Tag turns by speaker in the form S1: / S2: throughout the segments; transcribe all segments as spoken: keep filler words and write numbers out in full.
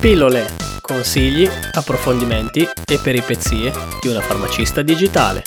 S1: Pillole, consigli, approfondimenti e peripezie di una farmacista digitale.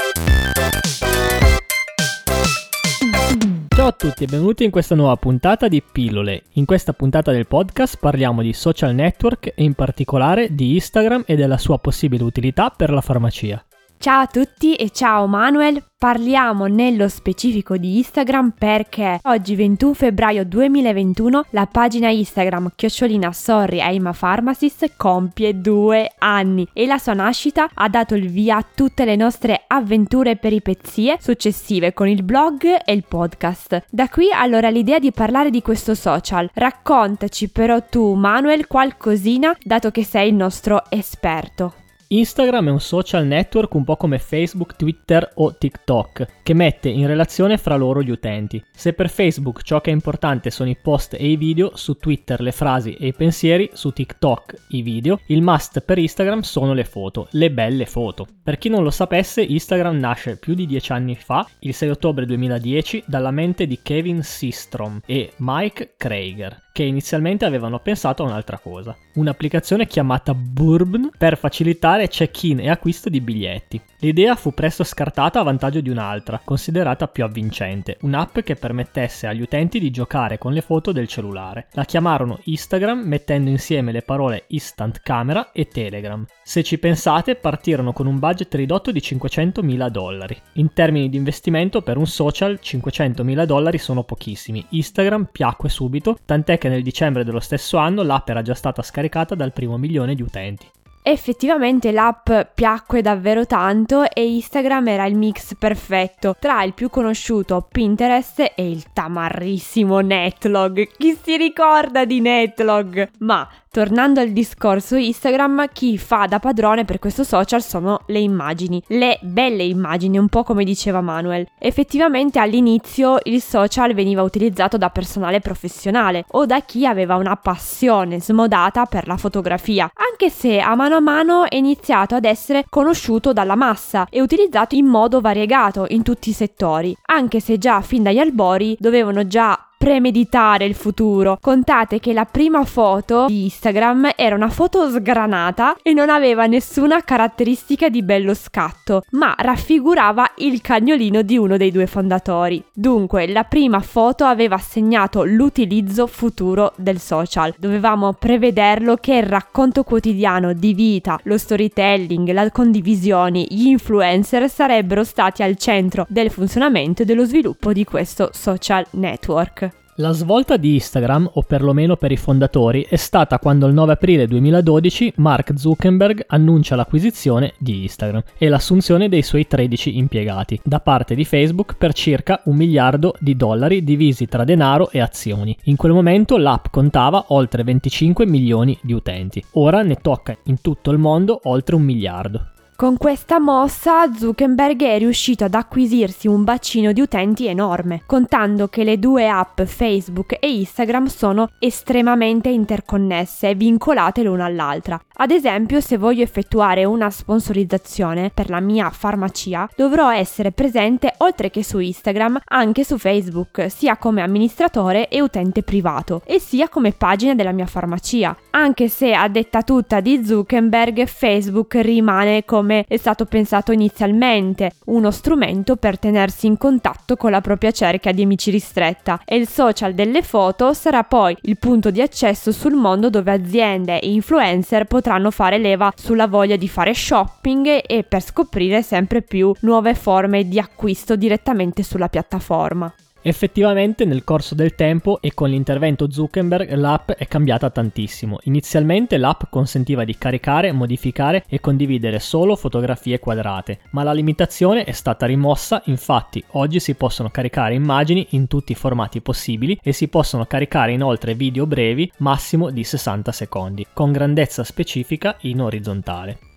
S1: Ciao a tutti e benvenuti in questa nuova puntata di Pillole. In questa puntata del podcast parliamo di social network e in particolare di Instagram e della sua possibile utilità per la farmacia.
S2: Ciao a tutti e ciao Manuel, parliamo nello specifico di Instagram perché oggi ventuno febbraio duemilaventuno la pagina Instagram chiocciolina sorry I'm a pharmacist compie due anni e la sua nascita ha dato il via a tutte le nostre avventure e peripezie successive con il blog e il podcast. Da qui allora l'idea di parlare di questo social. Raccontaci però tu Manuel qualcosina dato che sei il nostro esperto.
S1: Instagram è un social network un po' come Facebook, Twitter o TikTok, che mette in relazione fra loro gli utenti. Se per Facebook ciò che è importante sono i post e i video, su Twitter le frasi e i pensieri, su TikTok i video, il must per Instagram sono le foto, le belle foto. Per chi non lo sapesse, Instagram nasce più di dieci anni fa, il sei ottobre duemiladieci, dalla mente di Kevin Systrom e Mike Krieger, che inizialmente avevano pensato a un'altra cosa, un'applicazione chiamata Bourbon per facilitare check-in e acquisto di biglietti. L'idea fu presto scartata a vantaggio di un'altra, considerata più avvincente, un'app che permettesse agli utenti di giocare con le foto del cellulare. La chiamarono Instagram mettendo insieme le parole Instant Camera e Telegram. Se ci pensate, partirono con un budget ridotto di cinquecentomila dollari. In termini di investimento per un social cinquecentomila dollari sono pochissimi. Instagram piacque subito, tant'è che nel dicembre dello stesso anno l'app era già stata scaricata dal primo milione di utenti.
S2: Effettivamente l'app piacque davvero tanto e Instagram era il mix perfetto tra il più conosciuto Pinterest e il tamarrissimo Netlog. Chi si ricorda di Netlog? Ma tornando al discorso Instagram, chi fa da padrone per questo social sono le immagini, le belle immagini, un po' come diceva Manuel. Effettivamente all'inizio il social veniva utilizzato da personale professionale o da chi aveva una passione smodata per la fotografia, anche se a mano a mano è iniziato ad essere conosciuto dalla massa e utilizzato in modo variegato in tutti i settori, anche se già fin dagli albori dovevano già premeditare il futuro. Contate che la prima foto di Instagram era una foto sgranata e non aveva nessuna caratteristica di bello scatto, ma raffigurava il cagnolino di uno dei due fondatori. Dunque, la prima foto aveva segnato l'utilizzo futuro del social. Dovevamo prevederlo che il racconto quotidiano di vita, lo storytelling, la condivisione, gli influencer sarebbero stati al centro del funzionamento e dello sviluppo di questo social network.
S1: La svolta di Instagram, o perlomeno per i fondatori, è stata quando il nove aprile duemiladodici Mark Zuckerberg annuncia l'acquisizione di Instagram e l'assunzione dei suoi tredici impiegati da parte di Facebook per circa un miliardo di dollari divisi tra denaro e azioni. In quel momento l'app contava oltre venticinque milioni di utenti, ora ne tocca in tutto il mondo oltre un miliardo.
S2: Con questa mossa Zuckerberg è riuscito ad acquisirsi un bacino di utenti enorme, contando che le due app Facebook e Instagram sono estremamente interconnesse e vincolate l'una all'altra. Ad esempio, se voglio effettuare una sponsorizzazione per la mia farmacia, dovrò essere presente oltre che su Instagram anche su Facebook, sia come amministratore e utente privato, e sia come pagina della mia farmacia. Anche se a detta tutta di Zuckerberg, Facebook rimane come è stato pensato inizialmente, uno strumento per tenersi in contatto con la propria cerchia di amici ristretta, e il social delle foto sarà poi il punto di accesso sul mondo dove aziende e influencer potranno fare leva sulla voglia di fare shopping e per scoprire sempre più nuove forme di acquisto direttamente sulla piattaforma.
S1: Effettivamente nel corso del tempo e con l'intervento Zuckerberg l'app è cambiata tantissimo. Inizialmente l'app consentiva di caricare, modificare e condividere solo fotografie quadrate, ma la limitazione è stata rimossa, infatti oggi si possono caricare immagini in tutti i formati possibili e si possono caricare inoltre video brevi massimo di sessanta secondi, con grandezza specifica in orizzontale.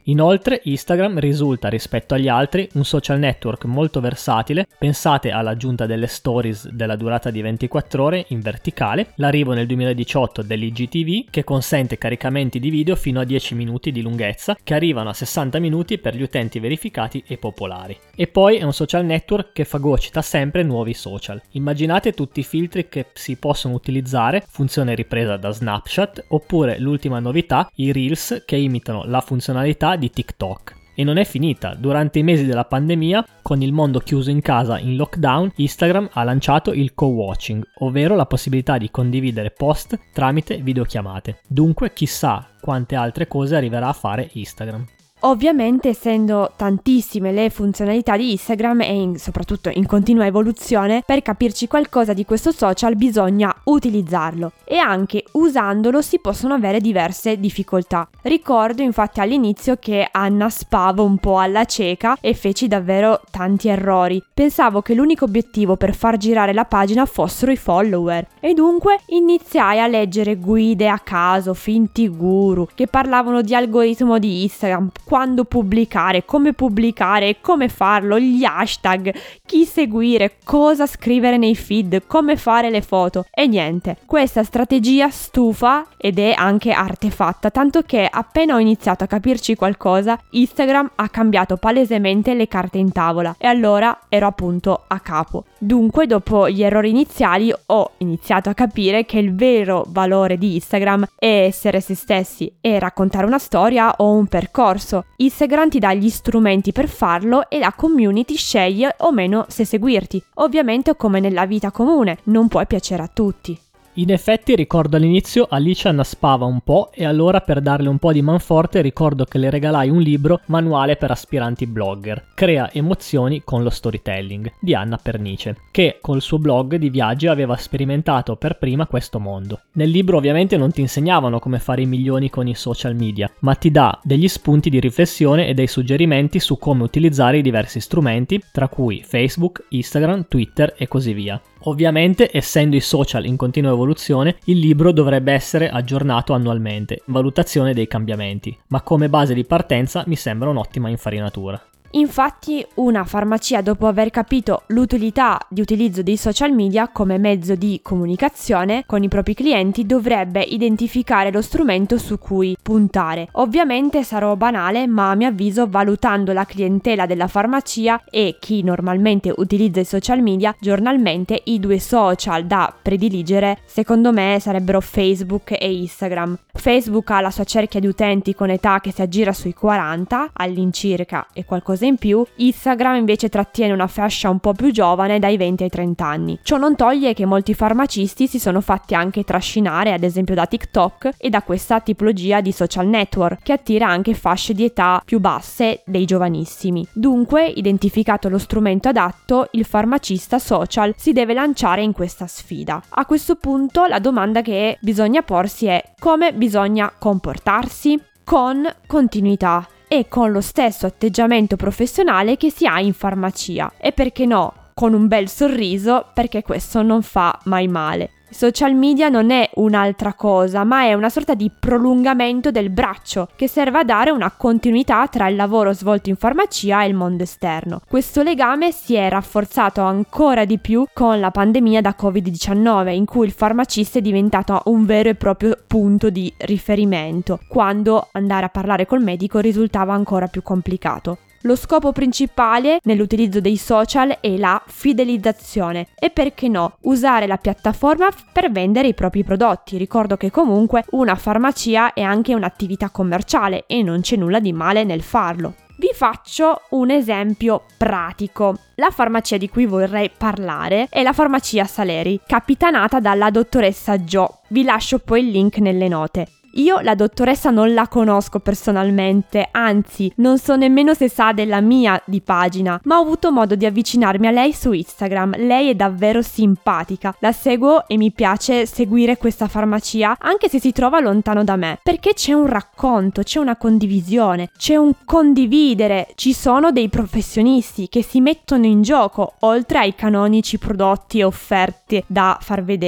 S1: Inoltre Instagram risulta rispetto agli altri un social network molto versatile. Pensate all'aggiunta delle stories della durata di ventiquattro ore in verticale, l'arrivo nel duemiladiciotto dell'I G T V che consente caricamenti di video fino a dieci minuti di lunghezza che arrivano a sessanta minuti per gli utenti verificati e popolari. E poi è un social network che fagocita sempre nuovi social. Immaginate tutti i filtri che si possono utilizzare, funzione ripresa da Snapchat, oppure l'ultima novità, i Reels che imitano la funzionalità di TikTok. E non è finita. Durante i mesi della pandemia, con il mondo chiuso in casa in lockdown, Instagram ha lanciato il co-watching, ovvero la possibilità di condividere post tramite videochiamate. Dunque chissà quante altre cose arriverà a fare Instagram.
S2: Ovviamente, essendo tantissime le funzionalità di Instagram e in, soprattutto in continua evoluzione, per capirci qualcosa di questo social bisogna utilizzarlo e anche usandolo si possono avere diverse difficoltà. Ricordo infatti all'inizio che annaspavo un po' alla cieca e feci davvero tanti errori. Pensavo che l'unico obiettivo per far girare la pagina fossero i follower e dunque iniziai a leggere guide a caso, finti guru che parlavano di algoritmo di Instagram, quando pubblicare, come pubblicare, come farlo, gli hashtag, chi seguire, cosa scrivere nei feed, come fare le foto e niente. Questa strategia stufa ed è anche artefatta, tanto che appena ho iniziato a capirci qualcosa, Instagram ha cambiato palesemente le carte in tavola e allora ero appunto a capo. Dunque, dopo gli errori iniziali, ho iniziato a capire che il vero valore di Instagram è essere se stessi e raccontare una storia o un percorso. Instagram ti dà gli strumenti per farlo e la community sceglie o meno se seguirti. Ovviamente, come nella vita comune, non puoi piacere a tutti.
S1: In effetti ricordo all'inizio Alice annaspava un po' e allora per darle un po' di manforte ricordo che le regalai un libro Manuale per aspiranti blogger, Crea emozioni con lo storytelling, di Anna Pernice, che col suo blog di viaggi aveva sperimentato per prima questo mondo. Nel libro ovviamente non ti insegnavano come fare i milioni con i social media, ma ti dà degli spunti di riflessione e dei suggerimenti su come utilizzare i diversi strumenti, tra cui Facebook, Instagram, Twitter e così via. Ovviamente, essendo i social in continua evoluzione, il libro dovrebbe essere aggiornato annualmente, valutazione dei cambiamenti, ma come base di partenza mi sembra un'ottima infarinatura.
S2: Infatti, una farmacia, dopo aver capito l'utilità di utilizzo dei social media come mezzo di comunicazione con i propri clienti, dovrebbe identificare lo strumento su cui puntare. Ovviamente sarò banale, ma a mio avviso, valutando la clientela della farmacia e chi normalmente utilizza i social media giornalmente, i due social da prediligere secondo me sarebbero Facebook e Instagram. Facebook ha la sua cerchia di utenti con età che si aggira sui quaranta all'incirca e qualcosa in più. Instagram invece trattiene una fascia un po' più giovane, dai venti ai trenta anni. Ciò non toglie che molti farmacisti si sono fatti anche trascinare ad esempio da TikTok e da questa tipologia di social network che attira anche fasce di età più basse dei giovanissimi. Dunque, identificato lo strumento adatto, il farmacista social si deve lanciare in questa sfida. A questo punto la domanda che bisogna porsi è: come bisogna comportarsi? Con continuità e con lo stesso atteggiamento professionale che si ha in farmacia e perché no, con un bel sorriso, perché questo non fa mai male. Social media non è un'altra cosa, ma è una sorta di prolungamento del braccio che serve a dare una continuità tra il lavoro svolto in farmacia e il mondo esterno. Questo legame si è rafforzato ancora di più con la pandemia da covid diciannove, in cui il farmacista è diventato un vero e proprio punto di riferimento, quando andare a parlare col medico risultava ancora più complicato. Lo scopo principale nell'utilizzo dei social è la fidelizzazione e, perché no, usare la piattaforma per vendere i propri prodotti. Ricordo che comunque una farmacia è anche un'attività commerciale e non c'è nulla di male nel farlo. Vi faccio un esempio pratico. La farmacia di cui vorrei parlare è la farmacia Saleri, capitanata dalla dottoressa Jo. Vi lascio poi il link nelle note. Io la dottoressa non la conosco personalmente, anzi non so nemmeno se sa della mia di pagina, ma ho avuto modo di avvicinarmi a lei su Instagram. Lei è davvero simpatica, la seguo e mi piace seguire questa farmacia anche se si trova lontano da me, perché c'è un racconto, c'è una condivisione, c'è un condividere, ci sono dei professionisti che si mettono in gioco oltre ai canonici prodotti e offerte da far vedere.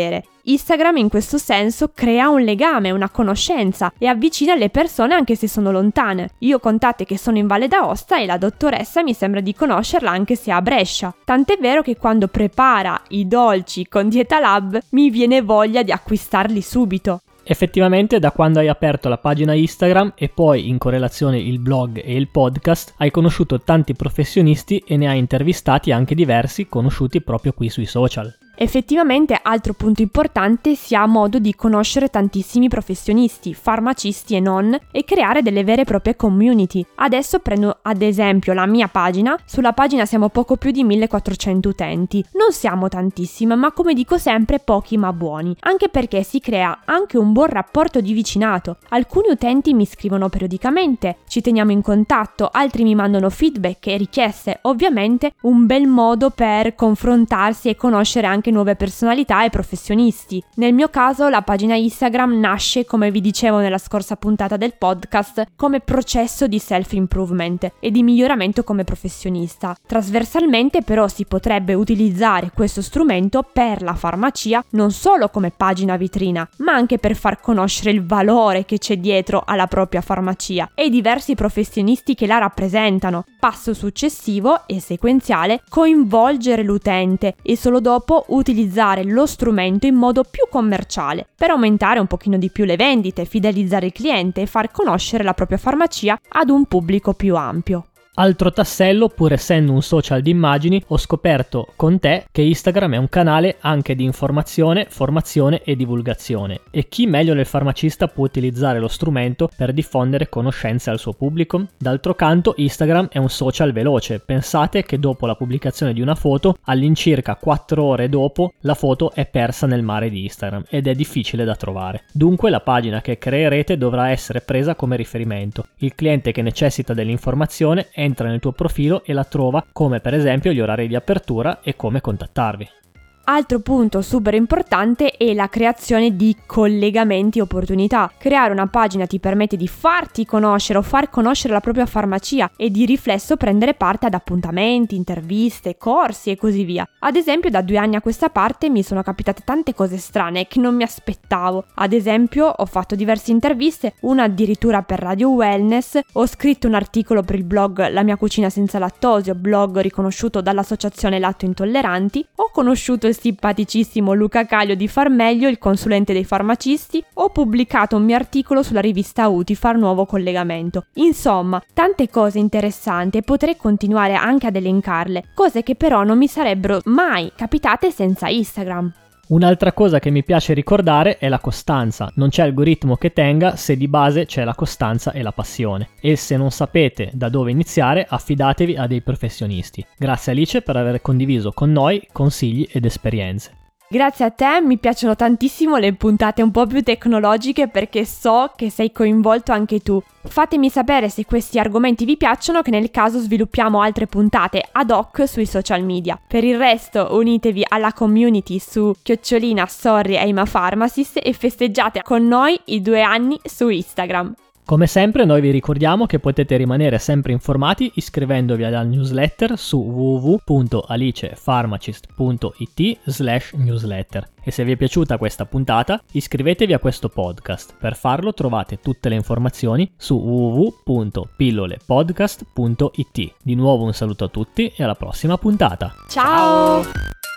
S2: Instagram in questo senso crea un legame, una conoscenza e avvicina le persone anche se sono lontane. Io contate che sono in Valle d'Aosta e la dottoressa mi sembra di conoscerla anche se è a Brescia. Tant'è vero che quando prepara i dolci con Dieta Lab mi viene voglia di acquistarli subito.
S1: Effettivamente, da quando hai aperto la pagina Instagram e poi in correlazione il blog e il podcast, hai conosciuto tanti professionisti e ne hai intervistati anche diversi conosciuti proprio qui sui social.
S2: Effettivamente, altro punto importante, si ha modo di conoscere tantissimi professionisti, farmacisti e non, e creare delle vere e proprie community. Adesso prendo ad esempio la mia pagina. Sulla pagina siamo poco più di millequattrocento utenti. Non siamo tantissimi, ma come dico sempre, pochi ma buoni, anche perché si crea anche un buon rapporto di vicinato. Alcuni utenti mi scrivono periodicamente, ci teniamo in contatto, altri mi mandano feedback e richieste. Ovviamente un bel modo per confrontarsi e conoscere anche nuove personalità e professionisti. Nel mio caso la pagina Instagram nasce, come vi dicevo nella scorsa puntata del podcast, come processo di self-improvement e di miglioramento come professionista. Trasversalmente però si potrebbe utilizzare questo strumento per la farmacia non solo come pagina vetrina, ma anche per far conoscere il valore che c'è dietro alla propria farmacia e i diversi professionisti che la rappresentano. Passo successivo e sequenziale: coinvolgere l'utente e solo dopo utilizzare lo strumento in modo più commerciale per aumentare un pochino di più le vendite, fidelizzare il cliente e far conoscere la propria farmacia ad un pubblico più ampio.
S1: Altro tassello, pur essendo un social di immagini, ho scoperto con te che Instagram è un canale anche di informazione, formazione e divulgazione. E chi meglio del farmacista può utilizzare lo strumento per diffondere conoscenze al suo pubblico? D'altro canto, Instagram è un social veloce. Pensate che dopo la pubblicazione di una foto, all'incirca quattro ore dopo, la foto è persa nel mare di Instagram ed è difficile da trovare. Dunque la pagina che creerete dovrà essere presa come riferimento. Il cliente che necessita dell'informazione è entra nel tuo profilo e la trova, come per esempio gli orari di apertura e come contattarvi.
S2: Altro punto super importante è la creazione di collegamenti e opportunità. Creare una pagina ti permette di farti conoscere o far conoscere la propria farmacia e di riflesso prendere parte ad appuntamenti, interviste, corsi e così via. Ad esempio, da due anni a questa parte mi sono capitate tante cose strane che non mi aspettavo. Ad esempio, ho fatto diverse interviste, una addirittura per Radio Wellness, ho scritto un articolo per il blog La mia cucina senza lattosio, blog riconosciuto dall'associazione Latto Intolleranti, ho conosciuto il simpaticissimo Luca Caglio di Farmeglio, il consulente dei farmacisti, ho pubblicato un mio articolo sulla rivista Utifar Nuovo Collegamento. Insomma, tante cose interessanti e potrei continuare anche ad elencarle, cose che però non mi sarebbero mai capitate senza Instagram.
S1: Un'altra cosa che mi piace ricordare è la costanza. Non c'è algoritmo che tenga se di base c'è la costanza e la passione. E se non sapete da dove iniziare, affidatevi a dei professionisti. Grazie Alice per aver condiviso con noi consigli ed esperienze.
S2: Grazie a te, mi piacciono tantissimo le puntate un po' più tecnologiche perché so che sei coinvolto anche tu. Fatemi sapere se questi argomenti vi piacciono, che nel caso sviluppiamo altre puntate ad hoc sui social media. Per il resto unitevi alla community su chiocciolina sorry Eima Pharmacist e festeggiate con noi i due anni su Instagram.
S1: Come sempre noi vi ricordiamo che potete rimanere sempre informati iscrivendovi alla newsletter su w w w punto alicepharmacist punto i t slash newsletter e se vi è piaciuta questa puntata iscrivetevi a questo podcast. Per farlo trovate tutte le informazioni su w w w punto pillolepodcast punto i t. Di nuovo un saluto a tutti e alla prossima puntata.
S2: Ciao! Ciao.